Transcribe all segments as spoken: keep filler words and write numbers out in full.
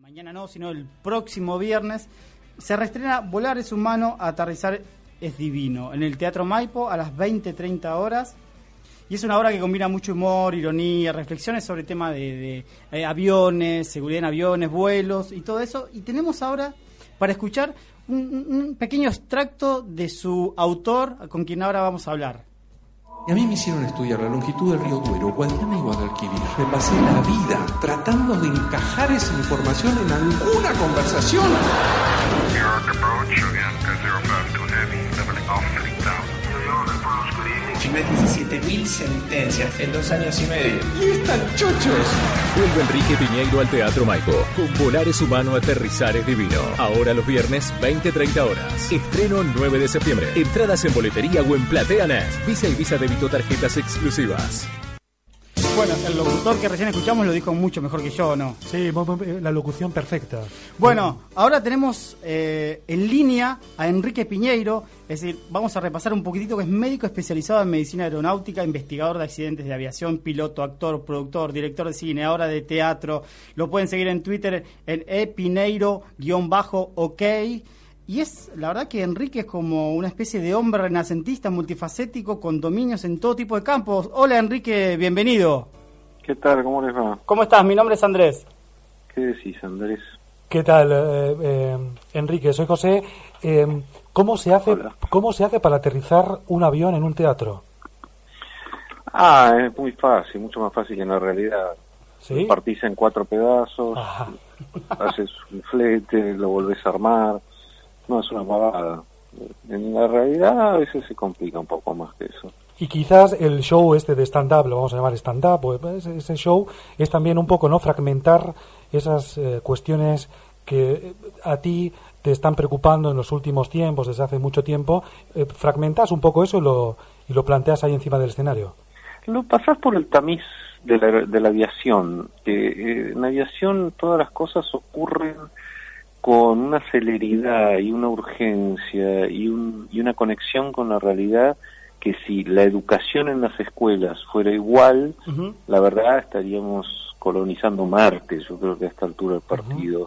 mañana no, sino el próximo viernes, se reestrena Volar es humano, aterrizar es divino, en el Teatro Maipo a las veinte treinta horas. Y es una obra que combina mucho humor, ironía, reflexiones sobre el tema de, de eh, aviones, seguridad en aviones, vuelos y todo eso. Y tenemos ahora para escuchar un, un pequeño extracto de su autor, con quien ahora vamos a hablar. Y a mí me hicieron estudiar la longitud del río Duero, Guadiana y Guadalquivir. Me pasé la vida tratando de encajar esa información en alguna conversación. Firmé diecisiete mil sentencias en dos años y medio. ¿Y están chochos? Vuelve Enrique Piñeiro al Teatro Maipo con Volar es humano, aterrizar es divino. Ahora los viernes, veinte treinta horas. Estreno nueve de septiembre. Entradas en boletería o en PlateaNet. Visa y Visa Débito, tarjetas exclusivas. Bueno, el locutor que recién escuchamos lo dijo mucho mejor que yo, ¿no? Sí, la locución perfecta. Bueno, ahora tenemos eh, en línea a Enrique Piñeiro, es decir, vamos a repasar un poquitito, que es médico especializado en medicina aeronáutica, investigador de accidentes de aviación, piloto, actor, productor, director de cine, ahora de teatro. Lo pueden seguir en Twitter en epineiro-ok. Y es, la verdad que Enrique es como una especie de hombre renacentista, multifacético, con dominios en todo tipo de campos. Hola Enrique, bienvenido. ¿Qué tal? ¿Cómo les va? ¿Cómo estás? Mi nombre es Andrés. ¿Qué decís, Andrés? ¿Qué tal, eh, eh, Enrique? Soy José. Eh, ¿cómo se hace, Hola. ¿Cómo se hace para aterrizar un avión en un teatro? Ah, es muy fácil, mucho más fácil que en la realidad. ¿Sí? Lo partís en cuatro pedazos, Ajá. haces un flete, lo volvés a armar. No, es una pavada. En la realidad a veces se complica un poco más que eso. Y quizás el show este de stand-up, lo vamos a llamar stand-up, o ese, ese show es también un poco, ¿no?, fragmentar esas eh, cuestiones que a ti te están preocupando en los últimos tiempos, desde hace mucho tiempo. Eh, fragmentas un poco eso y lo, y lo planteas ahí encima del escenario. Lo pasás por el tamiz de la, de la aviación. Eh, en la aviación todas las cosas ocurren con una celeridad y una urgencia y, un, y una conexión con la realidad, que si la educación en las escuelas fuera igual, uh-huh. la verdad estaríamos colonizando Marte, yo creo que a esta altura del partido, uh-huh.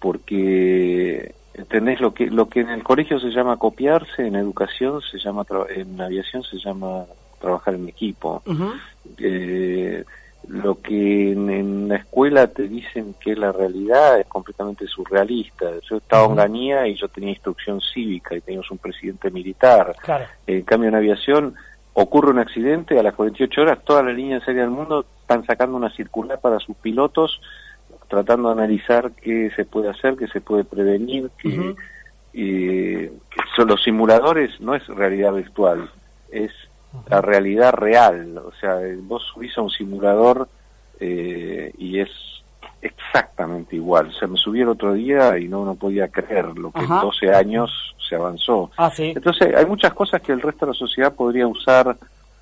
porque ¿entendés? Lo que lo que en el colegio se llama copiarse, en educación se llama, en aviación se llama trabajar en equipo. Uh-huh. Eh, lo que en, en la escuela te dicen que es la realidad es completamente surrealista. Yo estaba en Ganía y yo tenía instrucción cívica y teníamos un presidente militar. Claro. En cambio en aviación ocurre un accidente, a las cuarenta y ocho horas todas las líneas aéreas del mundo están sacando una circular para sus pilotos, tratando de analizar qué se puede hacer, qué se puede prevenir, que, uh-huh. eh, que son los simuladores, no es realidad virtual, es la realidad real. O sea, vos subís a un simulador eh, y es exactamente igual. O sea, me subí el otro día y no no podía creer lo que Ajá. en doce años se avanzó. Ah, ¿sí? Entonces, hay muchas cosas que el resto de la sociedad podría usar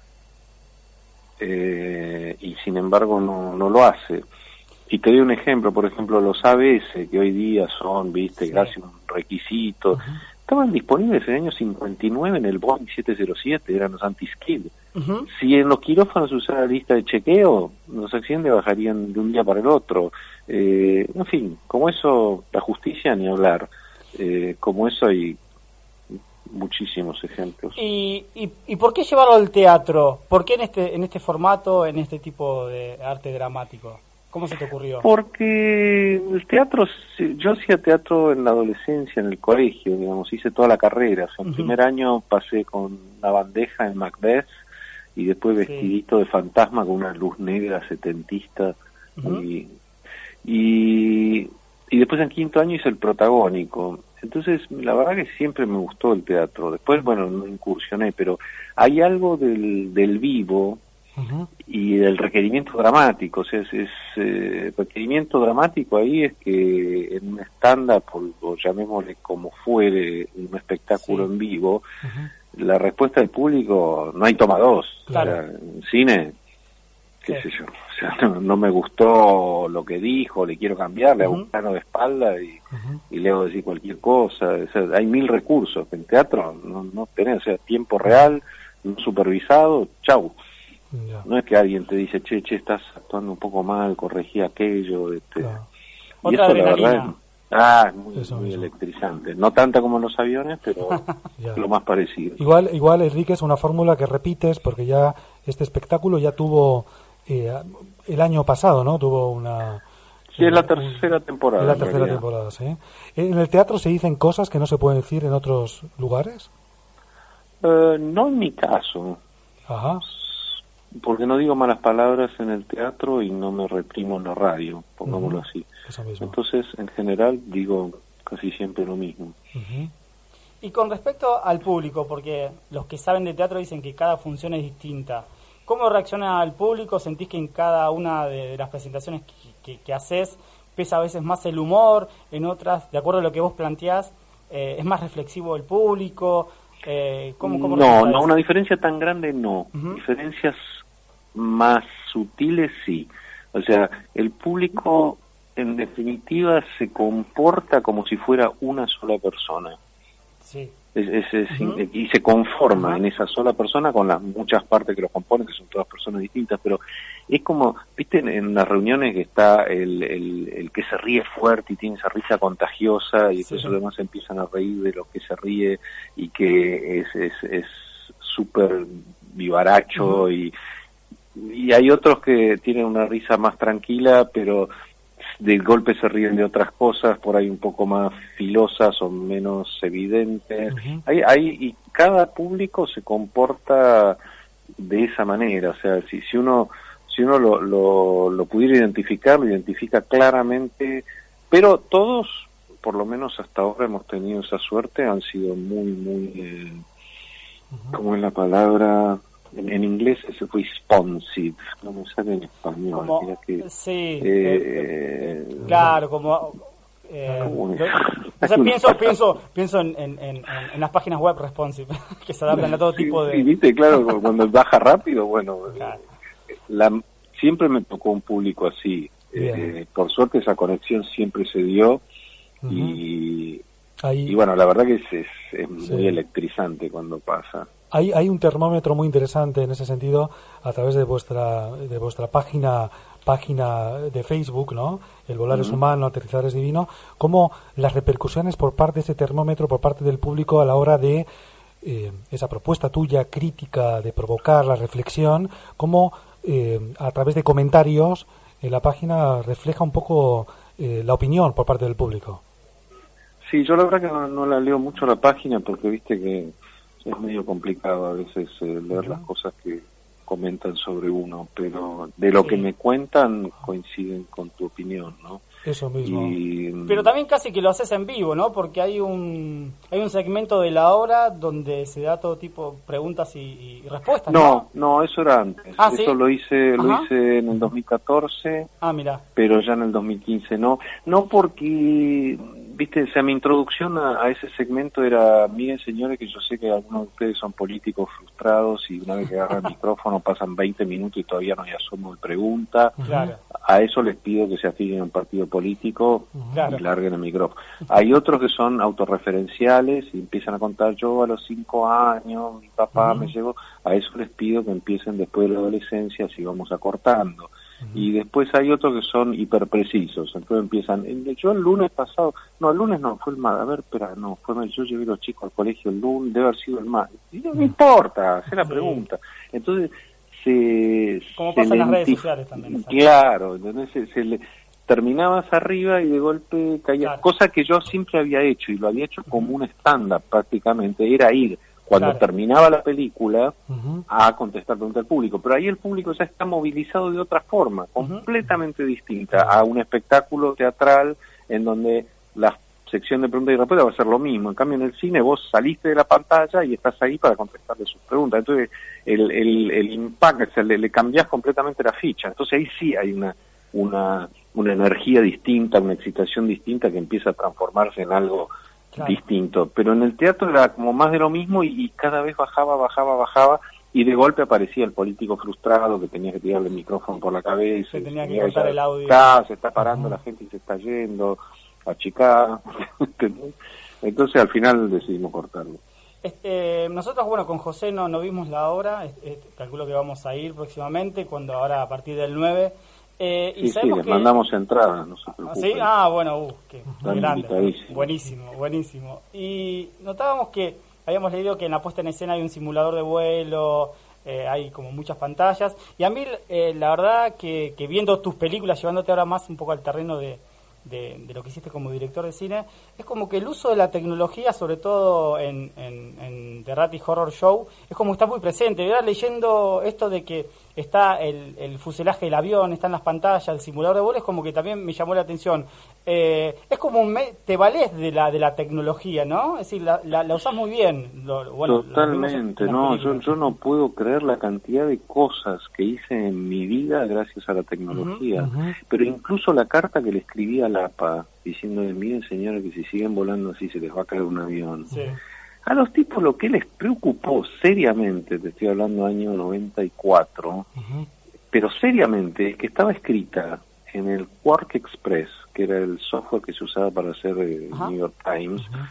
eh, y sin embargo no, no lo hace. Y te doy un ejemplo, por ejemplo, los A B S, que hoy día son, viste, sí. casi un requisito, uh-huh. estaban disponibles en el año cincuenta y nueve en el Boeing siete cero siete, eran los anti-skid. Uh-huh. Si en los quirófanos se usara la lista de chequeo, los accidentes bajarían de un día para el otro. Eh, en fin, como eso, la justicia ni hablar. Eh, como eso hay muchísimos ejemplos. ¿Y, y, ¿Y por qué llevarlo al teatro? ¿Por qué en este, en este formato, en este tipo de arte dramático? ¿Cómo se te ocurrió? Porque el teatro, yo hacía teatro en la adolescencia, en el colegio, digamos, hice toda la carrera. O sea, el uh-huh. primer año pasé con una bandeja en Macbeth y después vestidito sí. de fantasma con una luz negra setentista. Uh-huh. y, y, y después en quinto año hice el protagónico. Entonces, la verdad que siempre me gustó el teatro. Después, bueno, no incursioné, pero hay algo del, del vivo Uh-huh. y del requerimiento dramático. O sea, es, es eh, requerimiento dramático ahí es que en un stand-up, o, o llamémosle como fuere, un espectáculo sí. en vivo, uh-huh. la respuesta del público no hay toma dos. Claro. O sea, en cine, qué sí. sé yo, o sea, no, no me gustó lo que dijo, le quiero cambiar, le uh-huh. hago un plano de espalda y, uh-huh. y le hago decir cualquier cosa. O sea, hay mil recursos. En teatro no, no tenés, o sea, tiempo real, no supervisado, chau. Yeah. No es que alguien te dice, che, che, estás actuando un poco mal, corregí aquello. Este. Claro. Otra eso, adrenalina. La verdad, ah, es muy, Eso muy mismo. electrizante. No tanta como en los aviones, pero Ya. lo más parecido. Igual, igual, Enrique, es una fórmula que repites porque ya este espectáculo ya tuvo eh, el año pasado, ¿no? Tuvo una... Sí, es la un- tercera temporada. Es la en tercera realidad. temporada, sí. ¿En el teatro se dicen cosas que no se pueden decir en otros lugares? Eh, no en mi caso, Ajá. porque no digo malas palabras en el teatro y no me reprimo en la radio, pongámoslo Ujú. así. Eso mismo. Entonces, en general, digo casi siempre lo mismo. Ujú. Y con respecto al público, porque los que saben de teatro dicen que cada función es distinta. ¿Cómo reacciona el público? ¿Sentís que en cada una de las presentaciones que, que, que haces pesa a veces más el humor, en otras, de acuerdo a lo que vos planteás, eh, es más reflexivo el público? Eh, ¿cómo, cómo No, resulta no, eso? una diferencia tan grande no. Ujú. Diferencias más sutiles sí. O sea, el público en definitiva se comporta como si fuera una sola persona. Sí. Es, es- es- Ujú. Y se conforma Ajá. en esa sola persona con las muchas partes que lo componen, que son todas personas distintas, pero es como, viste, en, en las reuniones que está el, el, el que se ríe fuerte y tiene esa risa contagiosa y después Sí. los demás empiezan a reír de lo que se ríe y que es es es súper vivaracho. Ujú. y, y hay otros que tienen una risa más tranquila, pero de golpe se ríen de otras cosas, por ahí un poco más filosas o menos evidentes. Ujú. Hay, hay, y cada público se comporta de esa manera, o sea, si, si uno si uno lo, lo, lo pudiera identificar, lo identifica claramente, pero todos, por lo menos hasta ahora hemos tenido esa suerte, han sido muy, muy, eh, ¿cómo es la palabra? En, en inglés es responsive, no me sale en español. Como, mira que, sí, eh, eh, claro, como... Eh, ¿cómo es? lo- o sea, pienso, pienso, pienso en, en, en, en las páginas web responsive, que se adaptan a todo Sí, tipo sí, de... viste, claro, cuando baja rápido, bueno, Claro. la, siempre me tocó un público así. Bien. Eh, por suerte esa conexión siempre se dio. Ujú. y, Ahí, y bueno, la verdad que es, es, es Sí. muy electrizante cuando pasa. Hay, hay un termómetro muy interesante en ese sentido a través de vuestra de vuestra página página de Facebook, ¿no? El volar es humano, aterrizar es divino. Cómo las repercusiones por parte de ese termómetro, por parte del público a la hora de eh, esa propuesta tuya crítica de provocar la reflexión, cómo eh, a través de comentarios en la página refleja un poco eh, la opinión por parte del público. Sí, yo la verdad que no, no la leo mucho la página porque viste que es medio complicado a veces eh, leer las cosas que comentan sobre uno, pero de lo Sí. que me cuentan coinciden con tu opinión, ¿no? Eso mismo. Y, Pero también casi que lo haces en vivo, ¿no? Porque hay un hay un segmento de la obra donde se da todo tipo de preguntas y, y respuestas, ¿no? No, no, eso era antes. Ah, eso ¿sí? lo hice, lo Ajá. hice en el dos mil catorce, Ah, mira. pero ya en el dos mil quince no. No porque, viste, o sea, mi introducción a, a ese segmento era, miren señores, que yo sé que algunos de ustedes son políticos frustrados y una vez que agarran el micrófono pasan veinte minutos y todavía no hay asomo de pregunta. Claro. A eso les pido que se afilien a un partido político Claro. y larguen el micrófono. Hay otros que son autorreferenciales y empiezan a contar, yo a los cinco años, mi papá me llevó. A eso les pido que empiecen después de la adolescencia, si vamos acortando. Y después hay otros que son hiperprecisos, entonces empiezan, eh, yo el lunes pasado, no, el lunes no, fue el martes, a ver, espera, no, fue el, yo llevé a los chicos al colegio el lunes, debe haber sido el martes, y no me importa, hacer la Sí. pregunta. Entonces, se... Como se pasa en las redes lenti- sociales también, exacto. Claro, entonces se, se le terminabas arriba y de golpe caía, Claro. cosa que yo siempre había hecho, y lo había hecho como un estándar prácticamente, era ir cuando Claro. terminaba la película Ujú. a contestar preguntas al público, pero ahí el público ya está movilizado de otra forma, completamente distinta a un espectáculo teatral en donde la sección de preguntas y respuestas va a ser lo mismo. En cambio, en el cine vos saliste de la pantalla y estás ahí para contestarle sus preguntas. Entonces, el, el, el impacto, o sea, le, le cambiás completamente la ficha. Entonces, ahí sí hay una, una, una energía distinta, una excitación distinta que empieza a transformarse en algo Claro. distinto. Pero en el teatro era como más de lo mismo y, y cada vez bajaba, bajaba, bajaba y de golpe aparecía el político frustrado que tenía que tirarle el micrófono por la cabeza. Se y tenía que mira, cortar ya el audio. está, se está parando la gente y se está yendo a Chicago. Entonces al final decidimos cortarlo. Este, nosotros, bueno, con José no, no vimos la obra, es- es- calculo que vamos a ir próximamente, cuando ahora a partir del nueve, Eh, y sí, sí, les que... mandamos entradas, no se preocupen. ¿Sí? Ah, bueno, uh, qué grande. Buenísimo, buenísimo. Y notábamos que habíamos leído que en la puesta en escena hay un simulador de vuelo, eh, hay como muchas pantallas. Y a mí, eh, la verdad, que, que viendo tus películas, llevándote ahora más un poco al terreno de, de, de lo que hiciste como director de cine, es como que el uso de la tecnología, sobre todo en, en, en The Ratty Horror Show, es como que está muy presente. Ahora leyendo esto de que está el, el fuselaje del avión, están las pantallas, el simulador de vuelo, es como que también me llamó la atención. Eh, es como un me, te valés de la de la tecnología, ¿no? Es decir, la, la, la usás muy bien. Lo, bueno, totalmente, no, yo, yo no puedo creer la cantidad de cosas que hice en mi vida gracias a la tecnología. Uh-huh, uh-huh. Pero incluso la carta que le escribí a Lapa, diciéndole, miren señores, que si siguen volando así se les va a caer un avión. Sí. A los tipos lo que les preocupó seriamente, te estoy hablando año noventa y cuatro, uh-huh. pero seriamente, es que estaba escrita en el Quark Express, que era el software que se usaba para hacer el uh-huh. New York Times, uh-huh.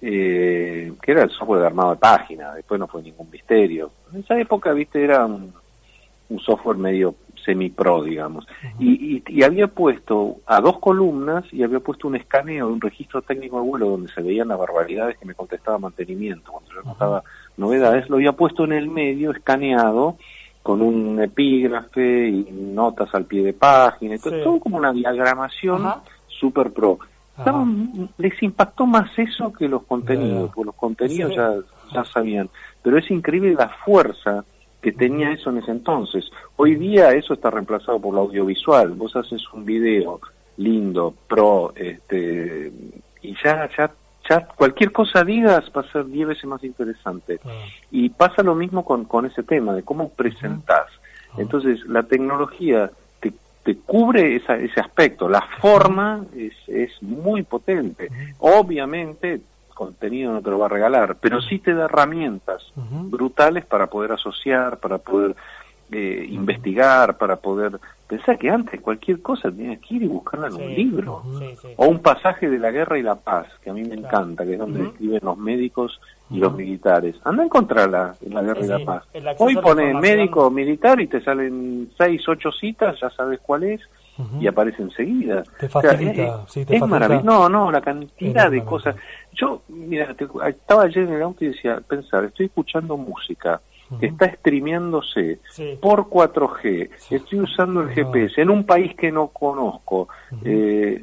eh, que era el software de armado de página, después no fue ningún misterio. En esa época, viste, era un, un software medio semi-pro, digamos, uh-huh. y, y, y había puesto a dos columnas y había puesto un escaneo de un registro técnico de vuelo donde se veían las barbaridades que me contestaba mantenimiento, cuando yo notaba uh-huh. novedades, lo había puesto en el medio, escaneado, con un epígrafe y notas al pie de página, sí. todo como una diagramación uh-huh. super pro. Estaban, les impactó más eso que los contenidos, yeah. porque los contenidos sí. ya, ya sabían, pero es increíble la fuerza que tenía eso en ese entonces. Hoy día eso está reemplazado por lo audiovisual. Vos haces un video lindo, pro, este, y ya, ya, ya cualquier cosa digas va a ser diez veces más interesante. Uh-huh. Y pasa lo mismo con, con ese tema de cómo presentás. Uh-huh. Entonces, la tecnología te, te cubre esa, ese aspecto. La forma uh-huh. es, es muy potente. Uh-huh. Obviamente, contenido no te lo va a regalar, pero sí te da herramientas uh-huh. brutales para poder asociar, para poder eh, uh-huh. investigar, para poder pensar que antes cualquier cosa tenías que ir y buscarla en sí, un libro uh-huh. sí, sí. o un pasaje de la guerra y la paz, que a mí me claro. encanta, que es donde uh-huh. escriben los médicos y uh-huh. los militares. Anda a encontrarla en la guerra sí, y la paz. Hoy pones médico militar y te salen seis, ocho citas, ya sabes cuál es. Uh-huh. Y aparece enseguida. Te facilita, o sea, es, sí, te es facilita. maravilloso. No, no, la cantidad de cosas. Yo, mira, te, estaba ayer en el auto y decía, pensar, estoy escuchando música uh-huh. que está streameándose sí. por cuatro G, sí. estoy usando el G P S en un país que no conozco, uh-huh. eh,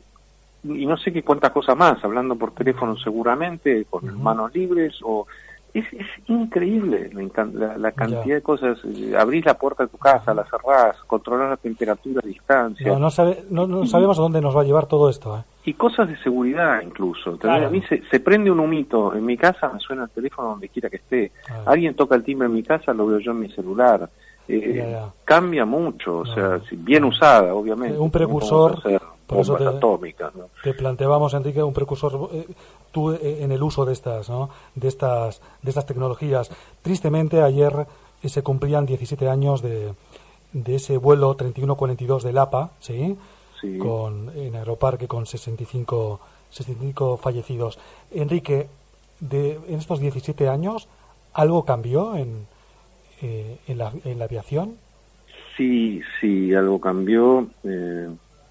y no sé qué cuántas cosas más, hablando por teléfono seguramente, con uh-huh. manos libres, o es, es increíble la, la, la cantidad ya. de cosas. Abrís la puerta de tu casa, la cerrás, controlar la temperatura a distancia. No, no, sabe, no, no sabemos a dónde nos va a llevar todo esto. ¿eh? Y cosas de seguridad incluso. Claro. A mí se, se prende un humito en mi casa, me suena el teléfono donde quiera que esté. Claro. Alguien toca el timbre en mi casa, lo veo yo en mi celular. Eh, ya, ya. Cambia mucho, o no. sea, bien usada, obviamente. Un precursor... Por eso te, atómicas, ¿no? te planteábamos, Enrique, un precursor eh, tú eh, en el uso de estas, ¿no? de estas de estas tecnologías. Tristemente ayer eh, se cumplían diecisiete años de, de ese vuelo treinta y uno cuarenta y dos del A P A, ¿sí? Sí. Con en Aeroparque con sesenta y cinco fallecidos. Enrique, de en estos diecisiete años algo cambió en eh, en la en la aviación. Sí, sí, algo cambió. Eh...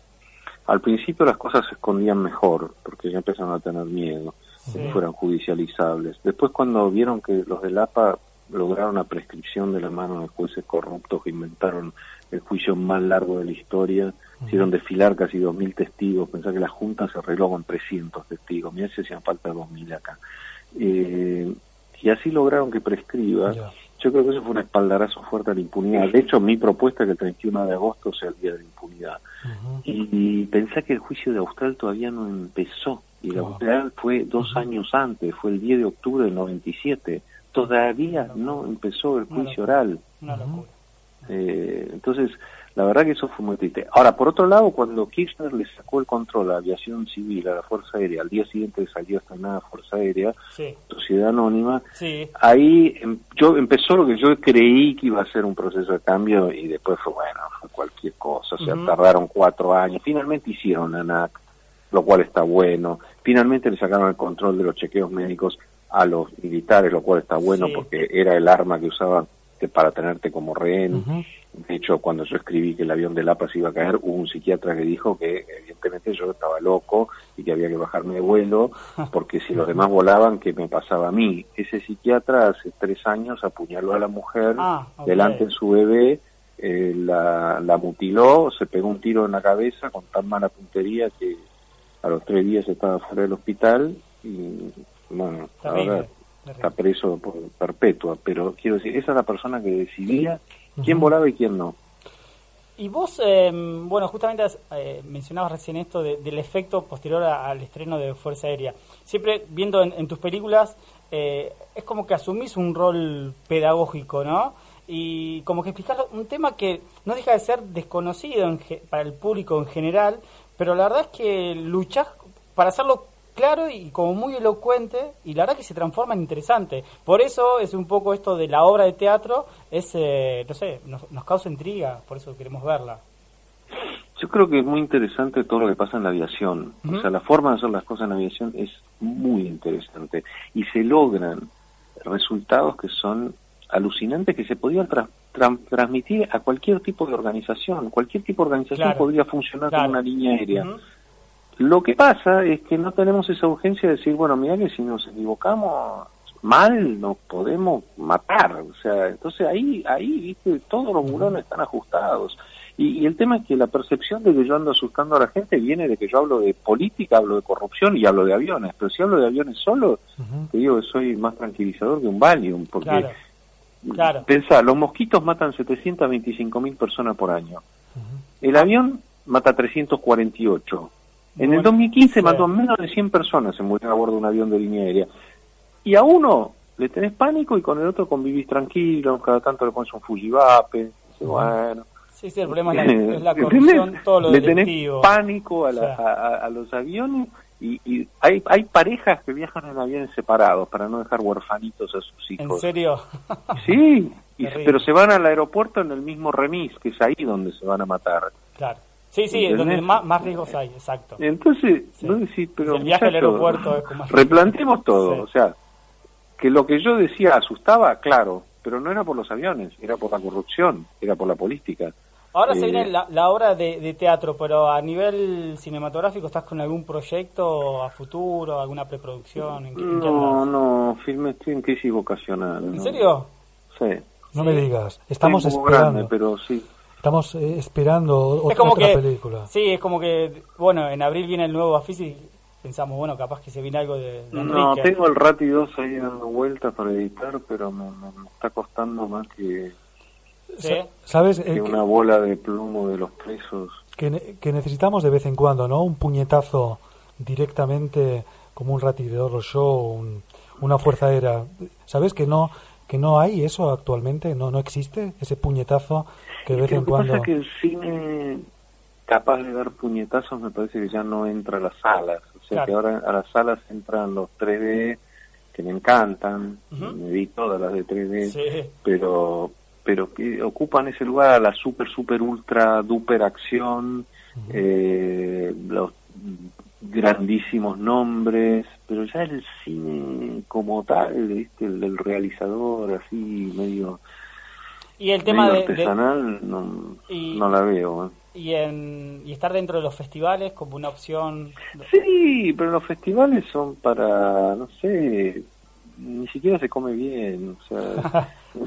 Al principio las cosas se escondían mejor, porque ya empezaron a tener miedo, sí. que fueran judicializables. Después, cuando vieron que los del A P A lograron la prescripción de la mano de jueces corruptos que inventaron el juicio más largo de la historia, uh-huh. hicieron desfilar casi dos mil testigos, pensá que la Junta se arregló con trescientos testigos, mirá si hacían falta dos mil acá. Eh, y así lograron que prescriba. Yeah. Yo creo que eso fue un espaldarazo fuerte a la impunidad. De hecho, mi propuesta es que el treinta y uno de agosto sea el día de la impunidad. Uh-huh. Y, y pensé que el juicio de Austral todavía no empezó. Y el oh. Austral fue dos uh-huh. años antes, fue el diez de octubre del noventa y siete. Todavía no empezó el juicio oral. Una locura. Eh, entonces, la verdad que eso fue muy triste. Ahora, por otro lado, cuando Kirchner le sacó el control a la aviación civil, a la Fuerza Aérea, al día siguiente salió esta nueva Fuerza Aérea, sí. Sociedad Anónima, sí. ahí em, yo empezó lo que yo creí que iba a ser un proceso de cambio y después fue, bueno, fue cualquier cosa, o sea, uh-huh. tardaron cuatro años, finalmente hicieron la ANAC, lo cual está bueno, finalmente le sacaron el control de los chequeos médicos a los militares, lo cual está bueno sí. porque era el arma que usaban te, para tenerte como rehén. Uh-huh. De hecho, cuando yo escribí que el avión de Lapa se iba a caer, hubo un psiquiatra que dijo que evidentemente yo estaba loco y que había que bajarme de vuelo, porque si los demás volaban, ¿qué me pasaba a mí? Ese psiquiatra hace tres años apuñaló a la mujer ah, okay. delante de su bebé, eh, la, la mutiló, se pegó un tiro en la cabeza con tan mala puntería que a los tres días estaba fuera del hospital y, bueno, terrible, ahora terrible. Está preso por perpetua, pero quiero decir, esa es la persona que decidía quién uh-huh. volaba y quién no. Y vos, eh, bueno, justamente eh, mencionabas recién esto de, del efecto posterior a, al estreno de Fuerza Aérea. Siempre viendo en, en tus películas, eh, es como que asumís un rol pedagógico, ¿no? Y como que explicás un tema que no deja de ser desconocido en ge- para el público en general, pero la verdad es que luchás para hacerlo claro y como muy elocuente, y la verdad que se transforma en interesante. Por eso es un poco esto de la obra de teatro, es, eh, no sé, nos, nos causa intriga, por eso queremos verla. Yo creo que es muy interesante todo lo que pasa en la aviación. Uh-huh. O sea, la forma de hacer las cosas en la aviación es muy interesante. Y se logran resultados que son alucinantes, que se podían tra- tra- transmitir a cualquier tipo de organización. Cualquier tipo de organización claro. podría funcionar claro. como una línea aérea. Uh-huh. Lo que pasa es que no tenemos esa urgencia de decir, bueno, mira que si nos equivocamos mal nos podemos matar. O sea, entonces ahí, ahí viste, todos los murones están ajustados. Y, y el tema es que la percepción de que yo ando asustando a la gente viene de que yo hablo de política, hablo de corrupción y hablo de aviones. Pero si hablo de aviones solo, uh-huh. te digo que soy más tranquilizador que un Valium. Porque, claro. Claro. Pensá, los mosquitos matan setecientas veinticinco mil personas por año. Uh-huh. El avión mata trescientos cuarenta y ocho. En bueno, el dos mil quince sí. mató menos de cien personas, se murieron a bordo de un avión de línea aérea. Y a uno le tenés pánico y con el otro convivís tranquilo, cada tanto le pones un Fujivape, dice, bueno... Sí, sí, el problema es la, es la corrupción, todo lo le delictivo. Tenés pánico a, la, o sea. a, a los aviones y, y hay, hay parejas que viajan en aviones separados para no dejar huerfanitos a sus hijos. ¿En serio? Sí, y, pero se van al aeropuerto en el mismo remis, que es ahí donde se van a matar. Claro. Sí, sí, es donde más, más riesgos hay, exacto. Entonces, sí. no decís, pero el viaje al aeropuerto es como... replanteemos todo, sí. o sea, que lo que yo decía asustaba, claro, pero no era por los aviones, era por la corrupción, era por la política. Ahora eh, se viene la, la obra de, de teatro, pero a nivel cinematográfico, ¿estás con algún proyecto a futuro, alguna preproducción? ¿En qué, no, en qué andas? no, filme, estoy en crisis vocacional. ¿En no. serio? Sí. No sí. me digas, estamos es un poco esperando. grande, pero sí. Estamos eh, esperando otra, es como otra que, película. Sí, es como que, bueno, en abril viene el nuevo Bafisi y pensamos, bueno, capaz que se viene algo de, de Enrique. No, tengo el Rati dos ahí dando vueltas para editar, pero me, me, me está costando más que, ¿sí? ¿Sabes? que Eh, una que, bola de plomo de los presos. Que, que necesitamos de vez en cuando, ¿no? Un puñetazo directamente como un Rati de Oro Show, un, una fuerza aérea. ¿Sabes que no que no hay eso actualmente? ¿No no existe ese puñetazo que de vez que en lo que cuando... pasa es que el cine capaz de dar puñetazos me parece que ya no entra a las salas. O sea, claro. que ahora a las salas entran los tres D, que me encantan, uh-huh. me vi todas las de tres D, sí. pero pero que ocupan ese lugar a la super, super, ultra, duper acción, uh-huh. eh, los grandísimos nombres, pero ya el cine como tal, ¿viste? El del realizador así medio... Y el tema de, artesanal de, no, y, no la veo. ¿eh? Y, en, y estar dentro de los festivales como una opción... Sí, pero los festivales son para, no sé, ni siquiera se come bien. O sea,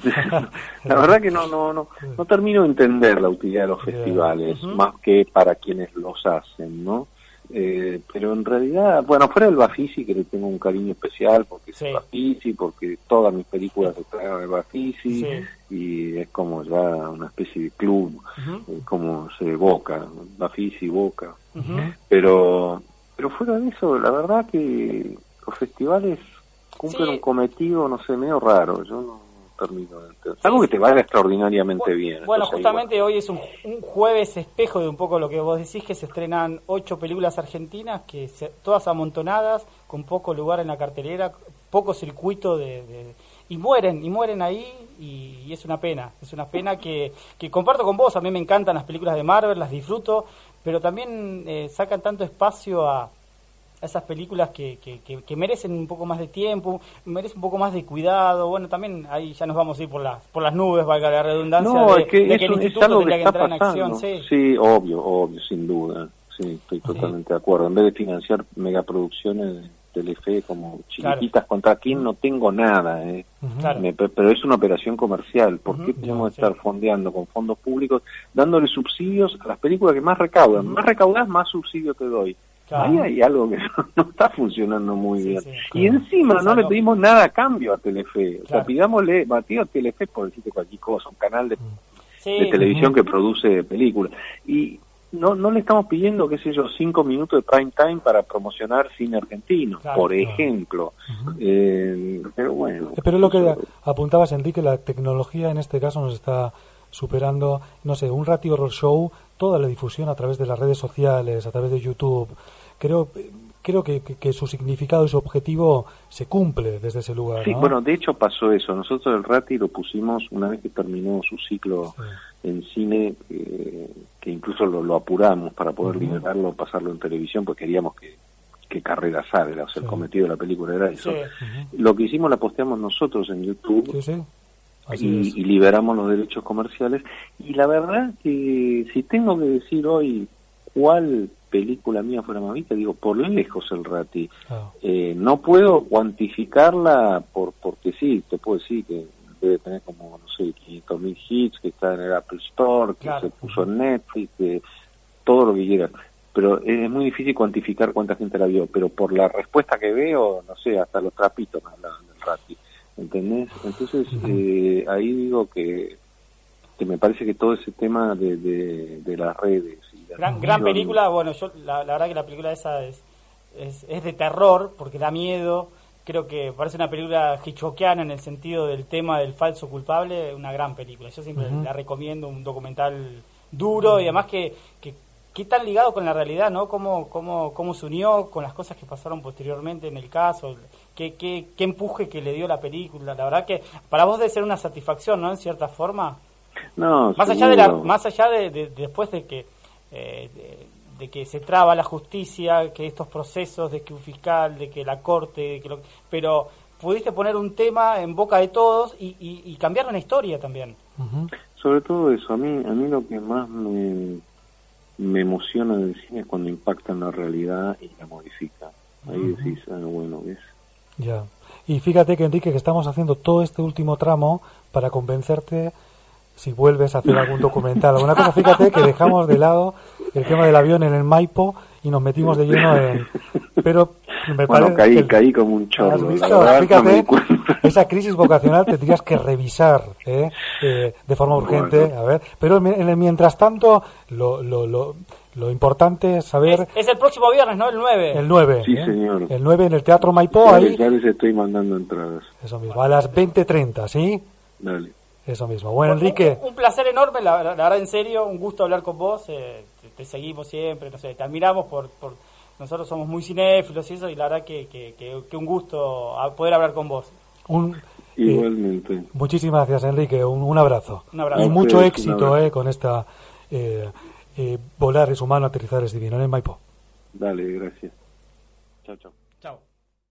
la verdad que no, no, no, no termino de entender la utilidad de los festivales, uh-huh. más que para quienes los hacen, ¿no? Eh, pero en realidad, bueno, fuera del Bafisi, que le tengo un cariño especial porque sí. es Bafisi, porque todas mis películas se traen de Bafisi, sí. y es como ya una especie de club, uh-huh. eh, como se Boca, Bafisi, Boca. Uh-huh. Pero pero fuera de eso, la verdad que los festivales cumplen sí. un cometido, no sé, medio raro. Yo no termino de entender. Algo sí, que te vaya extraordinariamente bueno, bien. Bueno, justamente hoy es un, un jueves espejo de un poco lo que vos decís, que se estrenan ocho películas argentinas, que se, todas amontonadas, con poco lugar en la cartelera, poco circuito de, de y mueren, y mueren ahí, y, y es una pena, es una pena que, que comparto con vos. A mí me encantan las películas de Marvel, las disfruto, pero también eh, sacan tanto espacio a a esas películas que, que, que, que merecen un poco más de tiempo, merecen un poco más de cuidado. Bueno, también ahí ya nos vamos a ir por las por las nubes, valga la redundancia, no, de, es que, de es, que el es instituto algo tendría que que está entrar en pasando. acción. Sí, sí, obvio, obvio, sin duda. Sí, estoy Sí. totalmente de acuerdo. En vez de financiar megaproducciones de Telefe como chiquititas Claro. contra quién, no tengo nada, eh. Claro. Me- pero es una operación comercial. ¿Por qué Ujú. tenemos que Sí. estar fondeando con fondos públicos, dándole subsidios a las películas que más recaudan? Más recaudas, más subsidio te doy. Claro. Ahí hay algo que no, no está funcionando muy Sí, bien. sí. Y encima Esa no le lógica. pedimos nada a cambio a Telefe. O sea, Claro. pidámosle, batido a Telefe por decirte cualquier cosa, un canal de, Sí. de televisión que produce películas. Y no no le estamos pidiendo, qué sé yo, cinco minutos de prime time para promocionar cine argentino, Claro. por ejemplo. Eh, pero bueno. Eh, Pero lo que eso- apuntabas, Enrique, la tecnología en este caso nos está superando, no sé, un Ratty Horror Show, toda la difusión a través de las redes sociales, a través de YouTube. Creo creo que, que, que su significado y su objetivo se cumple desde ese lugar, Sí, ¿no? bueno, de hecho pasó eso. Nosotros el Ratty lo pusimos una vez que terminó su ciclo Sí. en cine, eh, que incluso lo, lo apuramos para poder liberarlo, pasarlo en televisión, porque queríamos que, que carrera salga, o sea, el Sí. cometido de la película era eso. Sí. Lo que hicimos la posteamos nosotros en YouTube. Sí, sí. Así es. y, y liberamos los derechos comerciales. Y la verdad que si tengo que decir hoy cuál película mía fuera más vista, digo, por lejos el Ratty. Claro. Eh, no puedo cuantificarla por porque sí, te puedo decir que debe tener como, no sé, quinientos mil hits, que está en el Apple Store, que Claro. se puso en Netflix, que todo lo que quieras. Pero es muy difícil cuantificar cuánta gente la vio, pero por la respuesta que veo, no sé, hasta los trapitos me hablan del Ratty. ¿Entendés? Entonces, eh, ahí digo que, que me parece que todo ese tema de, de, de las redes... Y la Gran, gran difusión- película. Bueno, yo la, la verdad que la película esa es, es, es de terror porque da miedo. Creo que parece una película hitchcockiana en el sentido del tema del falso culpable. Una gran película. Yo siempre Ujú. la recomiendo, un documental duro y además que, que, que tan ligado con la realidad, ¿no? Cómo, cómo, cómo se unió con las cosas que pasaron posteriormente en el caso. Qué, qué, qué empuje que le dio la película. La verdad que para vos debe ser una satisfacción, ¿no? En cierta forma. No, Más allá de la, seguro. más allá de, de- después de que eh, de, de que se traba la justicia, que estos procesos de que un fiscal, de que la corte, de que lo, pero pudiste poner un tema en boca de todos y, y, y cambiar una historia también. Ujú. Sobre todo eso, a mí a mí lo que más me, me emociona del cine es cuando impacta en la realidad y la modifica. Ahí decís, ah, bueno, ¿ves? Ya. Y fíjate que, Enrique, que estamos haciendo todo este último tramo para convencerte si vuelves a hacer algún documental. Alguna cosa, fíjate que dejamos de lado el tema del avión en el Maipo y nos metimos de lleno en... Pero me Bueno, parece caí, que- caí como un chorro. ¿Has la visto? verdad, no me di Fíjate, cuenta. esa crisis vocacional tendrías que revisar ¿eh? Eh, de forma urgente. Bueno. A ver, pero en el mientras tanto, lo, lo, lo, lo importante es saber Es, es el próximo viernes, ¿no? El nueve. el nueve. Sí, ¿eh? señor. El nueve en el Teatro Maipó, Ya ahí. les, ya les estoy mandando entradas. Eso mismo, a las veinte treinta, ¿sí? Dale. Eso mismo. Bueno, Enrique, Un, un placer enorme, la, la- la verdad, en serio, un gusto hablar con vos. eh, te, te seguimos siempre, no sé, te admiramos por, por... Nosotros somos muy cinéfilos y eso, y la verdad que, que, que, que un gusto a poder hablar con vos. un, eh, Igualmente. muchísimas gracias, Enrique. Un, un abrazo. Un abrazo. Y A mucho ustedes, un éxito abrazo. eh, con esta eh, eh, Volar es humano, aterrizar es divino en el Maipó. Dale, gracias. Chao, chao. Chao.